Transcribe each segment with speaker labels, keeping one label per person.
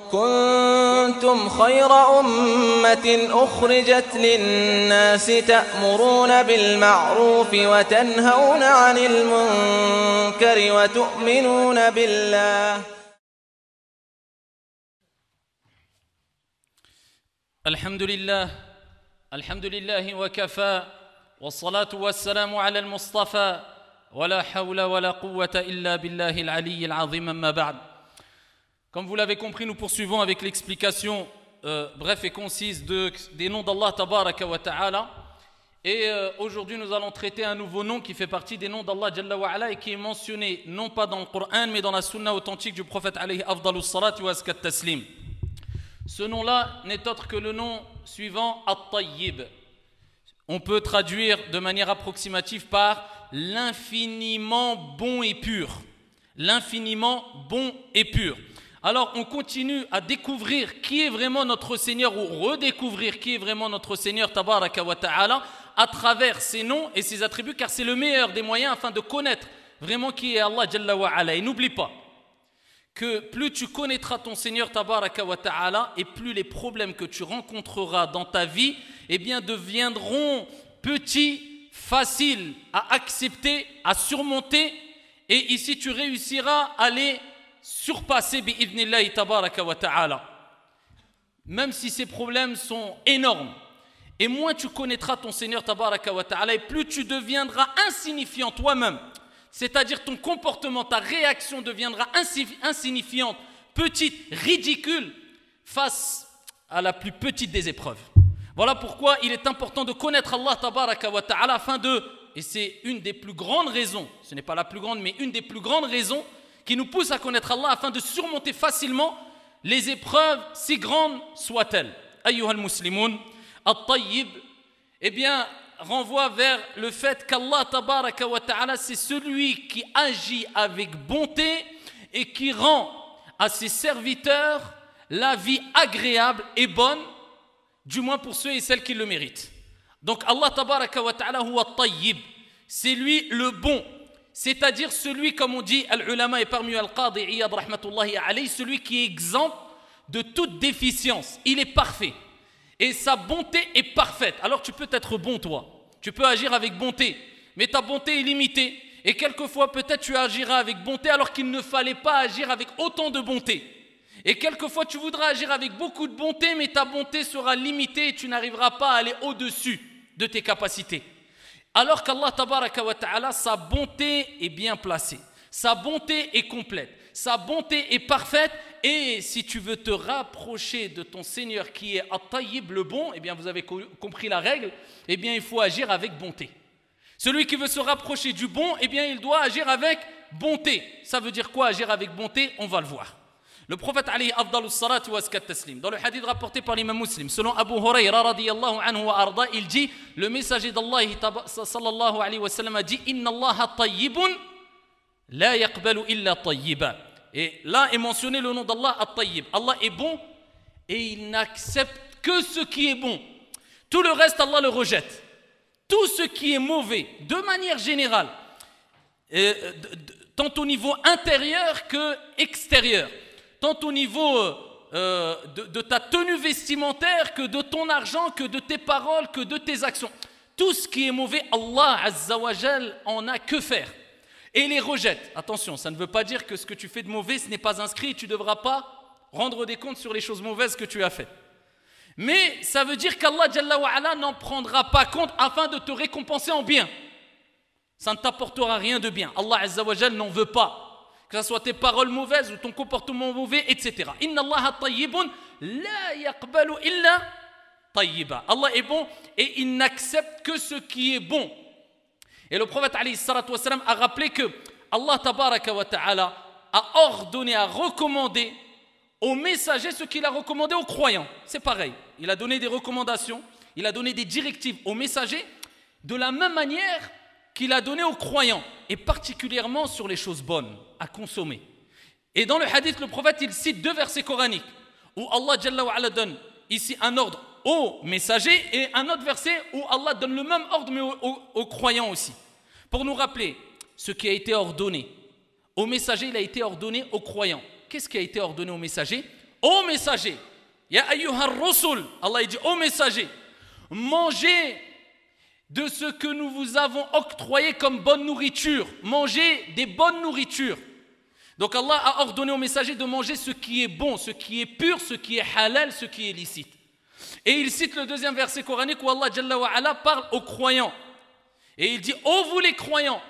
Speaker 1: كنتم خير أمة أخرجت للناس تأمرون بالمعروف وتنهون عن المنكر وتؤمنون بالله.
Speaker 2: الحمد لله وكفى والصلاة والسلام على المصطفى ولا حول ولا قوة إلا بالله العلي العظيم أما بعد. Comme vous l'avez compris, nous poursuivons avec l'explication bref et concise des noms d'Allah Tabaraka wa Ta'ala. Et aujourd'hui, nous allons traiter un nouveau nom qui fait partie des noms d'Allah Jalla wa Ala et qui est mentionné non pas dans le Coran mais dans la sunna authentique du prophète alayhi afdalus salatu wa azkat taslim. Ce nom-là n'est autre que le nom suivant At-Tayyib. On peut traduire de manière approximative par l'infiniment bon et pur. L'infiniment bon et pur. Alors on continue à découvrir qui est vraiment notre Seigneur ou redécouvrir qui est vraiment notre Seigneur Tabaraka wa Ta'ala à travers ses noms et ses attributs, car c'est le meilleur des moyens afin de connaître vraiment qui est Allah Jalla wa Ala. Et n'oublie pas que plus tu connaîtras ton Seigneur Tabaraka wa Ta'ala et plus les problèmes que tu rencontreras dans ta vie eh bien deviendront petits, faciles à accepter, à surmonter, et ici tu réussiras à les surpasser bi'idhnillahi tabaraka wa ta'ala. Même si ces problèmes sont énormes, et moins tu connaîtras ton Seigneur tabaraka wa ta'ala, et plus tu deviendras insignifiant toi-même, c'est-à-dire ton comportement, ta réaction deviendra insignifiante, petite, ridicule face à la plus petite des épreuves. Voilà pourquoi il est important de connaître Allah tabaraka wa ta'ala afin de, et c'est une des plus grandes raisons, ce n'est pas la plus grande mais une des plus grandes raisons qui nous pousse à connaître Allah afin de surmonter facilement les épreuves si grandes soient-elles. Ayyuha al-muslimoun, At-Tayyib, eh bien, renvoie vers le fait qu'Allah tabaraka wa ta'ala, c'est celui qui agit avec bonté et qui rend à ses serviteurs la vie agréable et bonne, du moins pour ceux et celles qui le méritent. Donc Allah tabaraka wa ta'ala huwa At-Tayyib, c'est lui le bon. C'est-à-dire celui, comme on dit, al-ulama et parmi al-Qadi Iyad rahmatullahi alayhi, celui qui est exempt de toute déficience. Il est parfait. Et sa bonté est parfaite. Alors tu peux être bon toi. Tu peux agir avec bonté. Mais ta bonté est limitée. Et quelquefois peut-être tu agiras avec bonté alors qu'il ne fallait pas agir avec autant de bonté. Et quelquefois tu voudras agir avec beaucoup de bonté, mais ta bonté sera limitée et tu n'arriveras pas à aller au-dessus de tes capacités. Alors qu'Allah tabaraka wa ta'ala, sa bonté est bien placée, sa bonté est complète, sa bonté est parfaite, et si tu veux te rapprocher de ton Seigneur qui est At-Tayyib, le bon, eh bien vous avez compris la règle, eh bien il faut agir avec bonté. Celui qui veut se rapprocher du bon, eh bien il doit agir avec bonté. Ça veut dire quoi agir avec bonté? On va le voir. Le prophète alayhi afdalus salatu wa azkat taslim, dans le hadith rapporté par l'imam Muslim, selon Abu Hurayra radiyallahu anhu wa arda, il dit, le messager d'Allah sallallahu alayhi wa sallam a dit, inna allaha tayyibun la yaqbalu illa tayyiba. Et là est mentionné le nom d'Allah At-Tayyib. Allah est bon et il n'accepte que ce qui est bon. Tout le reste Allah le rejette. Tout ce qui est mauvais, de manière générale, tant au niveau intérieur que extérieur, tant au niveau de ta tenue vestimentaire, que de ton argent, que de tes paroles, que de tes actions. Tout ce qui est mauvais, Allah Azza wa Jal en a que faire. Et les rejette. Attention, ça ne veut pas dire que ce que tu fais de mauvais, ce n'est pas inscrit et tu ne devras pas rendre des comptes sur les choses mauvaises que tu as faites. Mais ça veut dire qu'Allah Jalla wa Ala n'en prendra pas compte afin de te récompenser en bien. Ça ne t'apportera rien de bien. Allah Azza wa Jal n'en veut pas. Que ce soit tes paroles mauvaises ou ton comportement mauvais, etc. Inna Allah tayyibun la yaqbalu illa tayyiba. Allah est bon et il n'accepte que ce qui est bon. Et le prophète alayhi salatu wassalam a rappelé que Allah tabaraka wa ta'ala a ordonné, a recommandé aux messagers ce qu'il a recommandé aux croyants. C'est pareil. Il a donné des recommandations, il a donné des directives aux messagers de la même manière qu'il a donné aux croyants, et particulièrement sur les choses bonnes à consommer. Et dans le hadith, le prophète il cite deux versets coraniques où Allah Jalla wa Ala donne ici un ordre aux messagers et un autre verset où Allah donne le même ordre mais aux croyants aussi. Pour nous rappeler ce qui a été ordonné aux messagers, il a été ordonné aux croyants. Qu'est-ce qui a été ordonné aux messagers? ô messager, ya ayyuhar rusul, Allah dit ô messager, mangez de ce que nous vous avons octroyé comme bonne nourriture. Mangez des bonnes nourritures. Donc Allah a ordonné aux messagers de manger ce qui est bon, ce qui est pur, ce qui est halal, ce qui est licite. Et il cite le deuxième verset coranique où Allah Jalla wa Ala parle aux croyants. Et il dit, ô vous les croyants,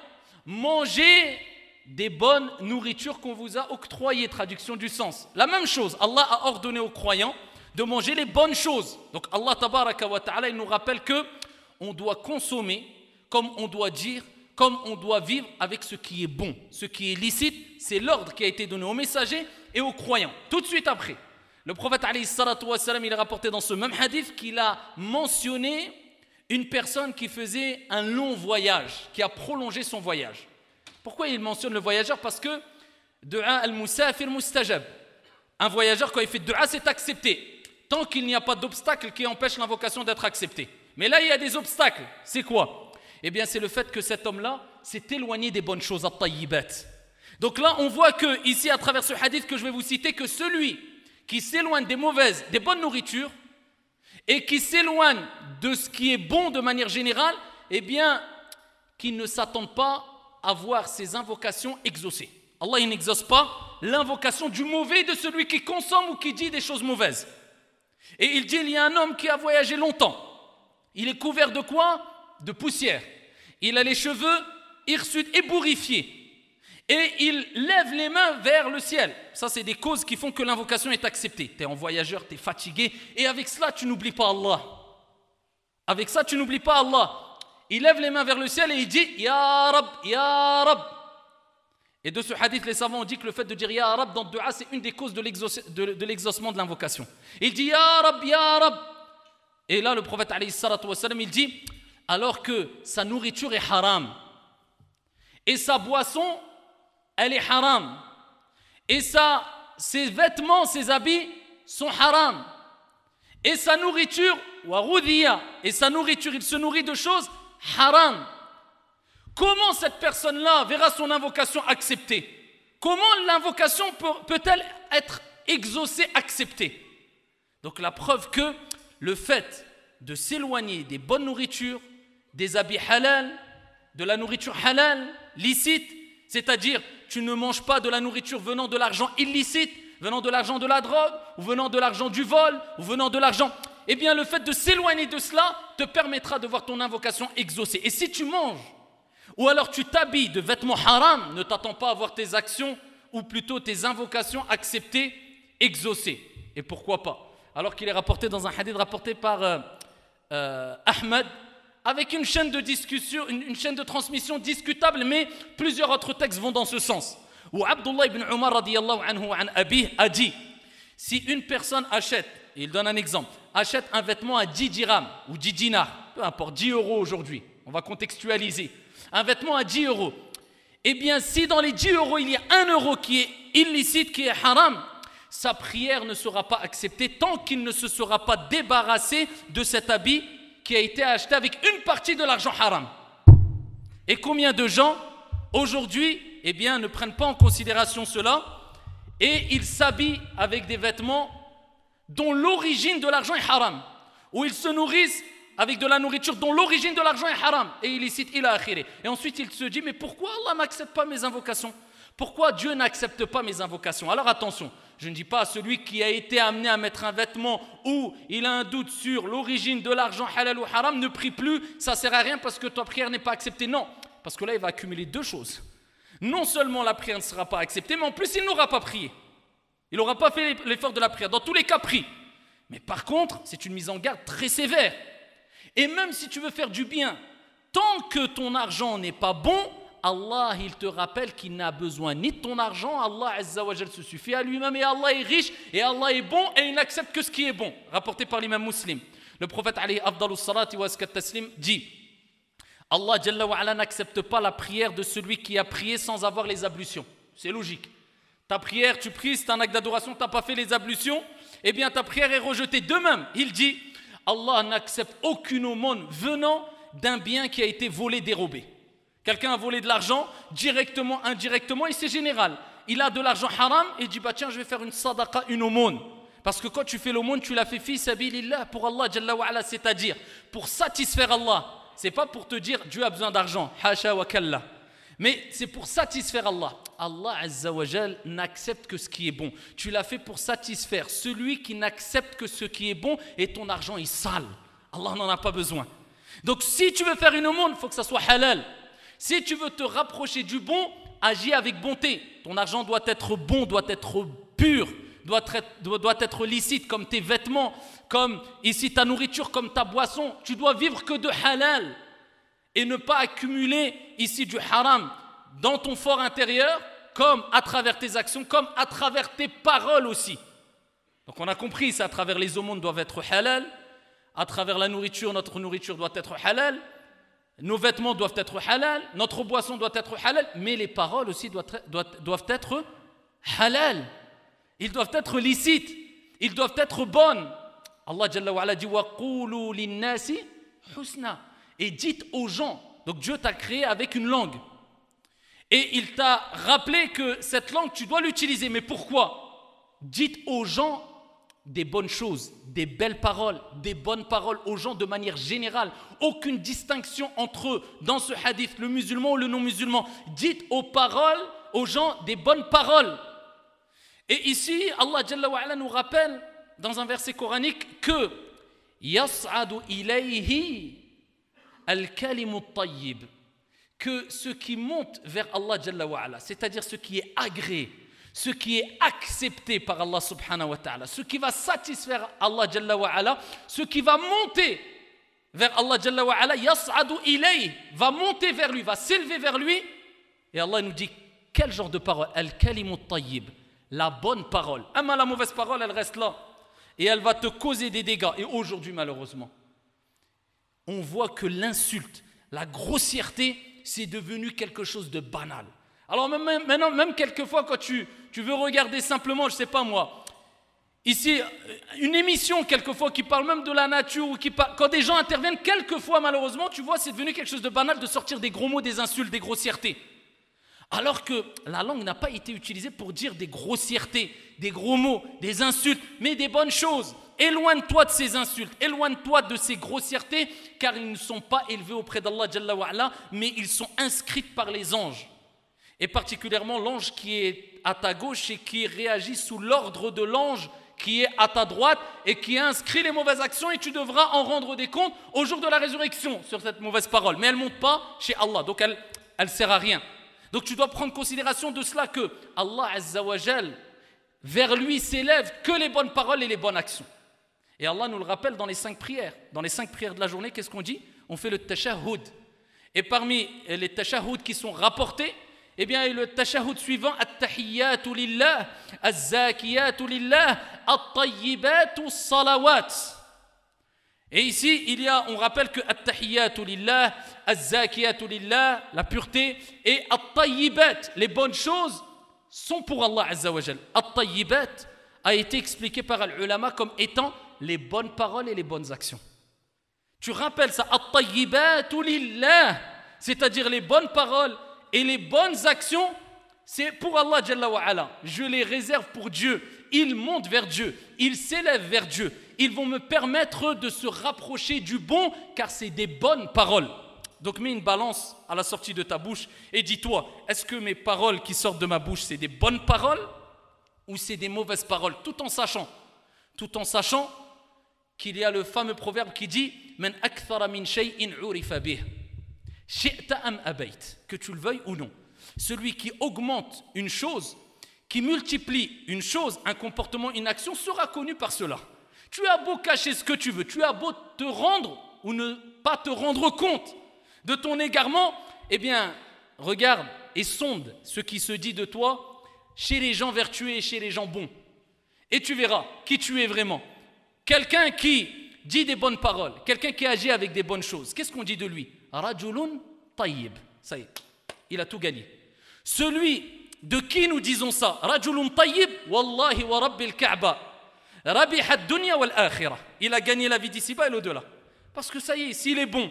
Speaker 2: mangez des bonnes nourritures qu'on vous a octroyées, traduction du sens. La même chose, Allah a ordonné aux croyants de manger les bonnes choses. Donc Allah Tabaraka wa Ta'ala, il nous rappelle que on doit consommer, comme on doit dire, comme on doit vivre avec ce qui est bon, ce qui est licite. C'est l'ordre qui a été donné aux messagers et aux croyants. Tout de suite après, le prophète alayhi salatu wa salam, il a rapporté dans ce même hadith qu'il a mentionné une personne qui faisait un long voyage, qui a prolongé son voyage. Pourquoi il mentionne le voyageur? Parce que du'a al-musafir mustajab. Un voyageur, quand il fait du'a, c'est accepté, tant qu'il n'y a pas d'obstacle qui empêche l'invocation d'être acceptée. Mais là, il y a des obstacles. C'est quoi? Eh bien, c'est le fait que cet homme-là s'est éloigné des bonnes choses, at-tayyibat. Donc là, on voit que, ici, à travers ce hadith que je vais vous citer, que celui qui s'éloigne des bonnes nourritures et qui s'éloigne de ce qui est bon de manière générale, eh bien, qu'il ne s'attende pas à voir ses invocations exaucées. Allah, il n'exauce pas l'invocation du mauvais de celui qui consomme ou qui dit des choses mauvaises. Et il dit, il y a un homme qui a voyagé longtemps. Il est couvert de quoi? De poussière. Il a les cheveux hirsutes, ébourifiés. Et il lève les mains vers le ciel. Ça, c'est des causes qui font que l'invocation est acceptée. Tu es en voyageur, tu es fatigué. Et avec cela, tu n'oublies pas Allah. Avec ça, tu n'oublies pas Allah. Il lève les mains vers le ciel et il dit « Ya Rab, Ya Rab ». Et de ce hadith, les savants ont dit que le fait de dire « Ya Rab » dans le dua, c'est une des causes de l'exaucement de l'invocation. Il dit « Ya Rab, Ya Rab ». Et là, le prophète, alayhi salatu wa salam, il dit « Alors que sa nourriture est haram, et sa boisson, elle est haram, et ses vêtements, ses habits sont haram, et sa nourriture, wa ghudhiya, et sa nourriture, il se nourrit de choses haram. Comment cette personne-là verra son invocation acceptée? Comment l'invocation peut-elle être exaucée, acceptée? Donc la preuve que le fait de s'éloigner des bonnes nourritures, des habits halal, de la nourriture halal, licite, c'est-à-dire tu ne manges pas de la nourriture venant de l'argent illicite, venant de l'argent de la drogue, ou venant de l'argent du vol, ou venant de l'argent... Eh bien, le fait de s'éloigner de cela te permettra de voir ton invocation exaucée. Et si tu manges, ou alors tu t'habilles de vêtements haram, ne t'attends pas à voir tes actions, ou plutôt tes invocations acceptées, exaucées. Et pourquoi pas? Alors qu'il est rapporté dans un hadith rapporté par Ahmed, avec une chaîne de discussion, une chaîne de transmission discutable, mais plusieurs autres textes vont dans ce sens. Où Abdullah ibn Umar radiyallahu anhu an abih a dit, si une personne achète, et il donne un exemple, achète un vêtement à 10 dirhams ou 10 dinars, peu importe, 10 euros aujourd'hui, on va contextualiser, un vêtement à 10 euros, eh bien si dans les 10 euros il y a 1 euro qui est illicite, qui est haram, sa prière ne sera pas acceptée tant qu'il ne se sera pas débarrassé de cet habit qui a été acheté avec une partie de l'argent haram. Et combien de gens aujourd'hui eh bien, ne prennent pas en considération cela et ils s'habillent avec des vêtements dont l'origine de l'argent est haram, ou ils se nourrissent avec de la nourriture dont l'origine de l'argent est haram et illicite, ila akhiri. Et ensuite il se dit, mais pourquoi Allah n'accepte pas mes invocations? Pourquoi Dieu n'accepte pas mes invocations? Alors attention, je ne dis pas à celui qui a été amené à mettre un vêtement où il a un doute sur l'origine de l'argent halal ou haram, ne prie plus, ça ne sert à rien parce que ta prière n'est pas acceptée. Non, parce que là il va accumuler deux choses. Non seulement la prière ne sera pas acceptée, mais en plus il n'aura pas prié. Il n'aura pas fait l'effort de la prière. Dans tous les cas, prie. Mais par contre, c'est une mise en garde très sévère. Et même si tu veux faire du bien, tant que ton argent n'est pas bon, Allah, il te rappelle qu'il n'a besoin ni de ton argent. Allah Azza wa Jal se suffit à lui-même et Allah est riche et Allah est bon et il n'accepte que ce qui est bon. Rapporté par l'imam Muslim. Le prophète alayhi afdalus salati wa askat taslim dit, Allah Jalla wa Ala n'accepte pas la prière de celui qui a prié sans avoir les ablutions. C'est logique. Ta prière, tu pries, c'est un acte d'adoration, tu n'as pas fait les ablutions, eh bien ta prière est rejetée. De même, il dit, Allah n'accepte aucune aumône venant d'un bien qui a été volé, dérobé. Quelqu'un a volé de l'argent, directement, indirectement, et c'est général. Il a de l'argent haram, et il dit, bah tiens, je vais faire une sadaqa, une aumône. Parce que quand tu fais l'aumône, tu l'as fait fi sabilillah pour Allah Jalla wa ala, c'est-à-dire pour satisfaire Allah. C'est pas pour te dire Dieu a besoin d'argent, hasha wa kalla. Mais c'est pour satisfaire Allah. Allah Azza wa Jal n'accepte que ce qui est bon. Tu l'as fait pour satisfaire celui qui n'accepte que ce qui est bon et ton argent est sale. Allah n'en a pas besoin. Donc si tu veux faire une aumône, il faut que ça soit halal. Si tu veux te rapprocher du bon, agis avec bonté. Ton argent doit être bon, doit être pur, doit être licite, comme tes vêtements, comme ici ta nourriture, comme ta boisson. Tu dois vivre que de halal et ne pas accumuler ici du haram dans ton fort intérieur, comme à travers tes actions, comme à travers tes paroles aussi. Donc on a compris, c'est à travers les aumônes doivent être halal, à travers la nourriture, notre nourriture doit être halal, nos vêtements doivent être halal, notre boisson doit être halal, mais les paroles aussi doivent être halal. Ils doivent être licites, ils doivent être bonnes. Allah Jalla wa ala dit wa qulu linnasi husna. Et dites aux gens, donc Dieu t'a créé avec une langue. Et il t'a rappelé que cette langue, tu dois l'utiliser. Mais pourquoi? Dites aux gens des bonnes choses, des belles paroles, des bonnes paroles aux gens de manière générale. Aucune distinction entre eux dans ce hadith, le musulman ou le non-musulman. Dites aux gens des bonnes paroles. Et ici, Allah Jalla wa ala nous rappelle dans un verset coranique que yas'adu ilayhi al-kalimu tayyib, que ce qui monte vers Allah Jalla wa ala, c'est-à-dire ce qui est agréé, ce qui est accepté par Allah subhanahu wa ta'ala, ce qui va satisfaire Allah Jalla wa ala, ce qui va monter vers Allah Jalla wa ala, yas'adu ilayhi, va monter vers lui, va s'élever vers lui. Et Allah nous dit quel genre de parole? Al-kalimu tayyib, la bonne parole. Amma la mauvaise parole, elle reste là et elle va te causer des dégâts. Et aujourd'hui, malheureusement, on voit que l'insulte, la grossièreté, c'est devenu quelque chose de banal. Alors maintenant, même quelquefois, quand tu veux regarder simplement, je ne sais pas moi, ici, une émission quelquefois qui parle même de la nature, ou quand des gens interviennent, quelquefois, malheureusement, tu vois, c'est devenu quelque chose de banal de sortir des gros mots, des insultes, des grossièretés. Alors que la langue n'a pas été utilisée pour dire des grossièretés, des gros mots, des insultes, mais des bonnes choses. Éloigne-toi de ces insultes, éloigne-toi de ces grossièretés, car ils ne sont pas élevés auprès d'Allah Jalla wa ala, mais ils sont inscrits par les anges. Et particulièrement l'ange qui est à ta gauche et qui réagit sous l'ordre de l'ange qui est à ta droite et qui inscrit les mauvaises actions, et tu devras en rendre des comptes au jour de la résurrection sur cette mauvaise parole. Mais elle ne monte pas chez Allah, donc elle ne sert à rien. Donc tu dois prendre considération de cela, que Allah Azza wa Jal, vers lui s'élèvent que les bonnes paroles et les bonnes actions. Et Allah nous le rappelle dans les 5 prières. Dans les 5 prières de la journée, qu'est-ce qu'on dit? On fait le tashahhud. Et parmi les tashahhud qui sont rapportés, eh bien, le tashahhud suivant, at-tahiyyatu lillah, az-zakiyatu lillah, at-tayyibatu salawat. Et ici, on rappelle que at-tahiyyatu lillah, az-zakiyatu lillah, la pureté, et at-tayyibat, les bonnes choses, sont pour Allah Azza wa Jal. At-tayyibat a été expliqué par l'ulama comme étant les bonnes paroles et les bonnes actions. Tu rappelles ça, at-tayyibatu lillah, c'est-à-dire les bonnes paroles et les bonnes actions, c'est pour Allah Jalla wa ala. Je les réserve pour Dieu. Ils montent vers Dieu, ils s'élèvent vers Dieu. Ils vont me permettre de se rapprocher du bon, car c'est des bonnes paroles. Donc mets une balance à la sortie de ta bouche et dis-toi, est-ce que mes paroles qui sortent de ma bouche, c'est des bonnes paroles ou c'est des mauvaises paroles? Tout en sachant qu'il y a le fameux proverbe qui dit Man akthara min shay'in urifa bih, shi'ta am abayt, que tu le veuilles ou non. Celui qui augmente une chose, qui multiplie une chose, un comportement, une action, sera connu par cela. Tu as beau cacher ce que tu veux, tu as beau te rendre ou ne pas te rendre compte de ton égarement, eh bien, regarde et sonde ce qui se dit de toi chez les gens vertueux et chez les gens bons. Et tu verras qui tu es vraiment. Quelqu'un qui dit des bonnes paroles, quelqu'un qui agit avec des bonnes choses, qu'est-ce qu'on dit de lui? Rajulun tayyib. Ça y est, il a tout gagné. Celui de qui nous disons ça, Rajulun tayyib, wallahi wa rabbil Ka'ba, rabiha ad-dunya wal akhirah. Il a gagné la vie d'ici-bas et l'au-delà. Parce que ça y est, s'il est bon,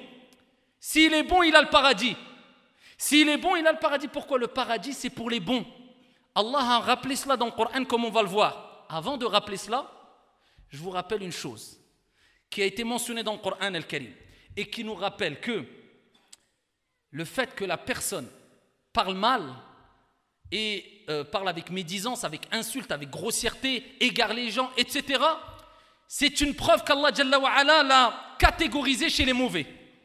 Speaker 2: il a le paradis. S'il est bon, il a le paradis. Pourquoi? Le paradis, c'est pour les bons. Allah a rappelé cela dans le Coran, comme on va le voir. Avant de rappeler cela, je vous rappelle une chose qui a été mentionnée dans le Coran al-Karim et qui nous rappelle que le fait que la personne parle mal et parle avec médisance, avec insulte, avec grossièreté, égare les gens, etc., c'est une preuve qu'Allah Jalla wa Ala l'a catégorisé chez les mauvais.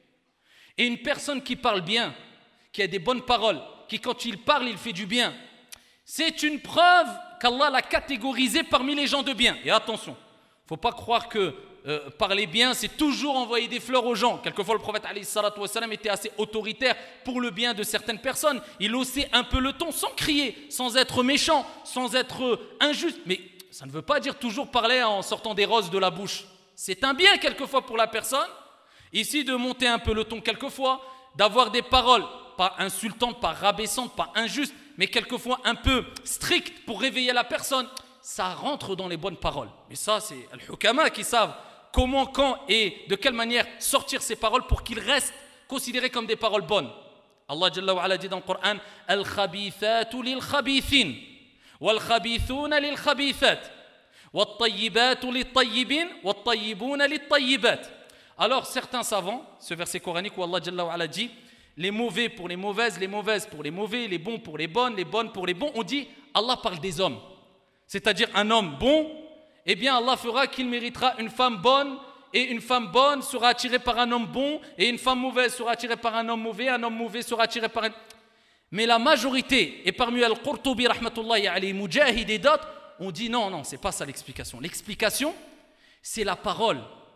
Speaker 2: Et une personne qui parle bien, qui a des bonnes paroles, qui quand il parle, il fait du bien, c'est une preuve qu'Allah l'a catégorisé parmi les gens de bien. Et attention, il ne faut pas croire que parler bien, c'est toujours envoyer des fleurs aux gens. Quelquefois, le prophète alayhi salatu wassalam était assez autoritaire pour le bien de certaines personnes. Il haussait un peu le ton sans crier, sans être méchant, sans être injuste. Mais ça ne veut pas dire toujours parler en sortant des roses de la bouche. C'est un bien quelquefois pour la personne. Ici, de monter un peu le ton quelquefois, d'avoir des paroles pas insultantes, pas rabaissantes, pas injustes, mais quelquefois un peu strictes pour réveiller la personne. Ça rentre dans les bonnes paroles. Mais ça, c'est al-hukama qui savent comment, quand et de quelle manière sortir ces paroles pour qu'ils restent considérés comme des paroles bonnes. Allah Jalla wa Ala dit dans le Coran Al-khabithatu lil-khabithin wal-khabithuna lil-khabithat wat-tayyibatu lit-tayyibin wat-tayyibuna lit-tayyibat. Alors certains savants, ce verset coranique où Allah Jalla wa Ala dit les mauvais pour les mauvaises pour les mauvais, les bons pour les bonnes pour les bons, on dit Allah parle des hommes. C'est-à-dire un homme bon, eh bien Allah fera qu'il méritera une femme bonne, et une femme bonne sera attirée par un homme bon, et une femme mauvaise sera attirée par un homme mauvais sera attiré par un... Mais la majorité, et parmi Al-Qurtubi, rahmatullahi alayhi, Mujahid et d'autres, on dit non, c'est pas ça l'explication. L'explication, c'est la parole.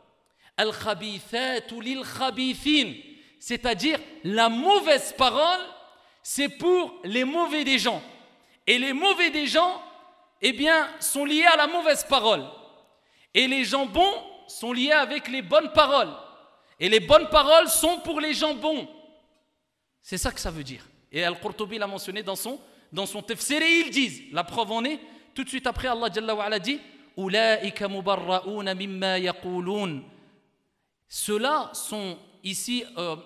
Speaker 2: Al-khabithatu lil-khabithin, c'est-à-dire la mauvaise parole, c'est pour les mauvais des gens. Et les mauvais des gens, eh bien, sont liés à la mauvaise parole. Et les gens bons sont liés avec les bonnes paroles. Et les bonnes paroles sont pour les gens bons. C'est ça que ça veut dire. Et Al-Qurtubi l'a mentionné dans son tafsir et ils disent, la preuve en est, tout de suite après Allah Jalla wa Ala dit « Ulaika mubarra'una mimma yaqulun » Ceux-là sont ici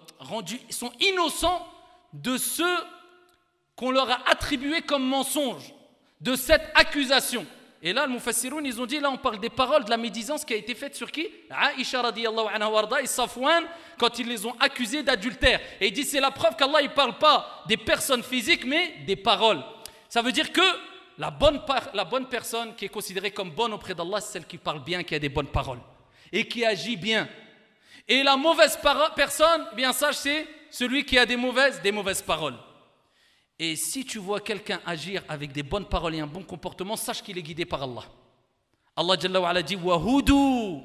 Speaker 2: sont innocents de ceux qu'on leur a attribués comme mensonges, de cette accusation. Et là, le Mufassiroun, ils ont dit, là on parle des paroles de la médisance qui a été faite sur qui? Aïcha radiyallahu anha warda et Safwan, quand ils les ont accusés d'adultère. Et il dit, c'est la preuve qu'Allah, il ne parle pas des personnes physiques, mais des paroles. Ça veut dire que la bonne personne qui est considérée comme bonne auprès d'Allah, c'est celle qui parle bien, qui a des bonnes paroles et qui agit bien. Et la mauvaise personne, eh bien sache, c'est celui qui a des mauvaises paroles. Et si tu vois quelqu'un agir avec des bonnes paroles et un bon comportement, sache qu'il est guidé par Allah. Allah Jalla wa Ala dit Wahudu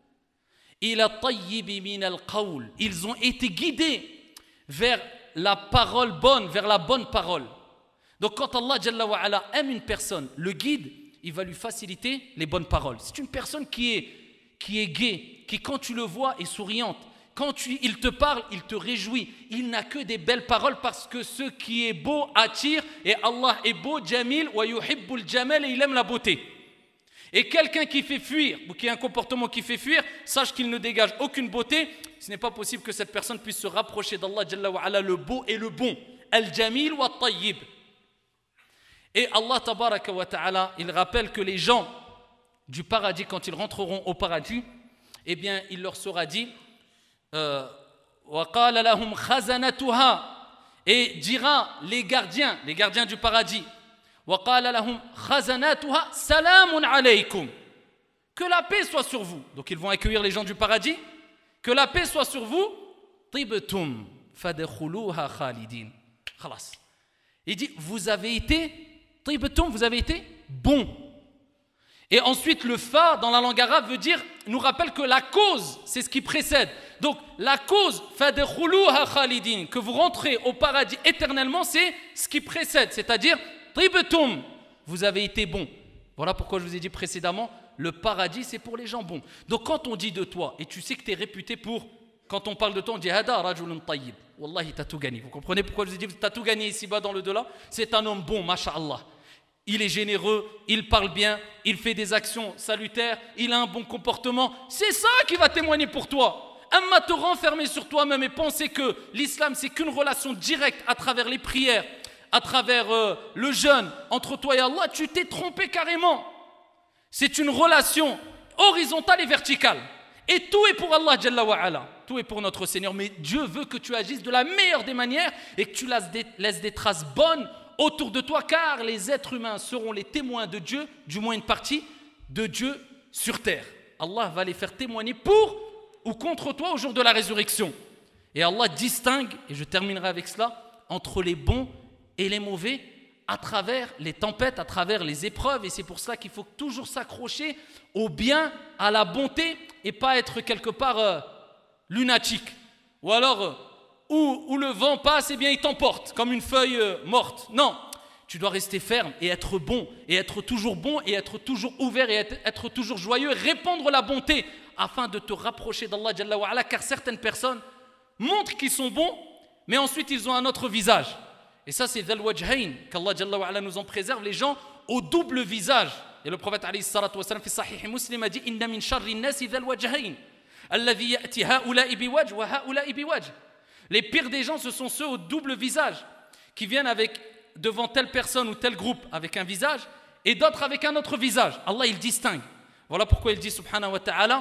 Speaker 2: ila tayyibi min al-qawl. Ils ont été guidés vers la parole bonne, vers la bonne parole. Donc quand Allah Jalla wa Ala aime une personne, le guide, il va lui faciliter les bonnes paroles. C'est une personne qui est gaie, qui quand tu le vois est souriante. Quand il te parle, il te réjouit. Il n'a que des belles paroles parce que ce qui est beau attire. Et Allah est beau, Jamil, wa yuhibbul jamal, et il aime la beauté. Et quelqu'un qui fait fuir, ou qui a un comportement qui fait fuir, sache qu'il ne dégage aucune beauté. Ce n'est pas possible que cette personne puisse se rapprocher d'Allah Jalla wa Ala, le beau et le bon. Al-Jamil wa tayyib. Et Allah Tabaraka wa Ta'ala, il rappelle que les gens du paradis, quand ils rentreront au paradis, eh bien, il leur sera dit وَقَالَ لَهُمْ خَزَنَتُهَا et dira les gardiens du paradis وَقَالَ لَهُمْ خَزَنَتُهَا سَلَامٌ عَلَيْكُمْ que la paix soit sur vous. Donc ils vont accueillir les gens du paradis, que la paix soit sur vous. طِبْتُمْ فَدَخُلُوهَا خَالِدِينَ خلاص. Il dit vous avez été طِبْتُمْ, vous avez été bons. Et ensuite, le fa dans la langue arabe veut dire, nous rappelle que la cause, c'est ce qui précède. Donc, la cause, fadkhuluha khalidin, que vous rentrez au paradis éternellement, c'est ce qui précède. C'est-à-dire, tibtum, vous avez été bons. Voilà pourquoi je vous ai dit précédemment, le paradis, c'est pour les gens bons. Donc, quand on dit de toi, et tu sais que tu es réputé pour, quand on parle de toi, on dit hada rajulun tayyib. Wallahi, tu as tout gagné. Vous comprenez pourquoi je vous ai dit, tu as tout gagné ici-bas dans le delà? C'est un homme bon, masha'Allah. Il est généreux, il parle bien, il fait des actions salutaires, il a un bon comportement. C'est ça qui va témoigner pour toi. Amma te renfermer sur toi-même et penser que l'islam, c'est qu'une relation directe à travers les prières, à travers le jeûne, entre toi et Allah, tu t'es trompé carrément. C'est une relation horizontale et verticale. Et tout est pour Allah Jalla wa Ala. Tout est pour notre Seigneur. Mais Dieu veut que tu agisses de la meilleure des manières et que tu laisses des traces bonnes autour de toi, car les êtres humains seront les témoins de Dieu, du moins une partie de Dieu sur terre. Allah va les faire témoigner pour ou contre toi au jour de la résurrection. Et Allah distingue, et je terminerai avec cela, entre les bons et les mauvais à travers les tempêtes, à travers les épreuves. Et c'est pour cela qu'il faut toujours s'accrocher au bien, à la bonté, et pas être quelque part lunatique. Ou alors, où le vent passe, eh bien il t'emporte, comme une feuille morte. Non, tu dois rester ferme et être bon, et être toujours bon, et être toujours ouvert, et être toujours joyeux, répandre la bonté, afin de te rapprocher d'Allah Jalla wa Ala, car certaines personnes montrent qu'ils sont bons, mais ensuite ils ont un autre visage. Et ça c'est Dhal Wajhayn, qu'Allah Jalla wa Ala nous en préserve, les gens au double visage. Et le prophète alayhi salatu wa salam fi Sahih Muslim a dit Inna min sharri nasi Dhal Wajhayn alladhi ya'ti ha'ula'i biwajh wa ha'ula'i biwajh. Les pires des gens, ce sont ceux au double visage, qui viennent devant telle personne ou tel groupe avec un visage, et d'autres avec un autre visage. Allah il distingue. Voilà pourquoi il dit subhanahu wa ta'ala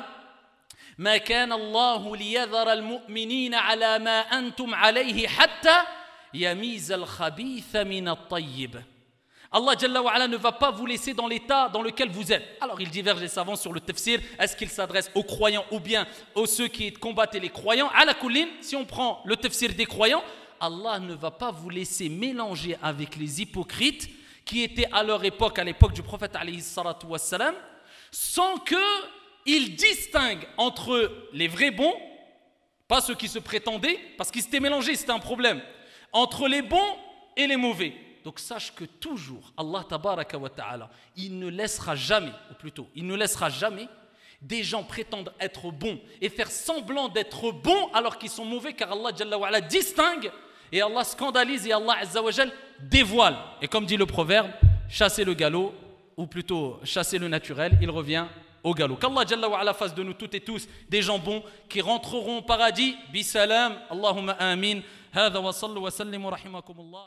Speaker 2: ما كان الله ليذر المؤمنين على ما أنتم عليه حتى يميز الخبيث من الطيب. Allah Jalla wa Ala ne va pas vous laisser dans l'état dans lequel vous êtes. Alors il diverge les savants sur le tafsir. Est-ce qu'il s'adresse aux croyants ou bien aux ceux qui combattent les croyants? Ala kullin, si on prend le tafsir des croyants, Allah ne va pas vous laisser mélanger avec les hypocrites qui étaient à leur époque, à l'époque du prophète alayhi salatu wassalam, sans qu'ils distinguent entre les vrais bons, pas ceux qui se prétendaient, parce qu'ils s'étaient mélangés, c'était un problème, entre les bons et les mauvais. Donc sache que toujours, Allah tabaraka wa ta'ala, il ne laissera jamais, ou plutôt, il ne laissera jamais des gens prétendre être bons et faire semblant d'être bons alors qu'ils sont mauvais, car Allah Jalla wa Ala distingue et Allah scandalise et Allah Azza wa Jal dévoile. Et comme dit le proverbe, chasser le galop, ou plutôt chasser le naturel, il revient au galop. Qu'Allah Jalla wa Ala fasse de nous toutes et tous des gens bons qui rentreront au paradis. Bisalam, Allahumma amin. Hada wa sallu wa sallimu rahimakumullah.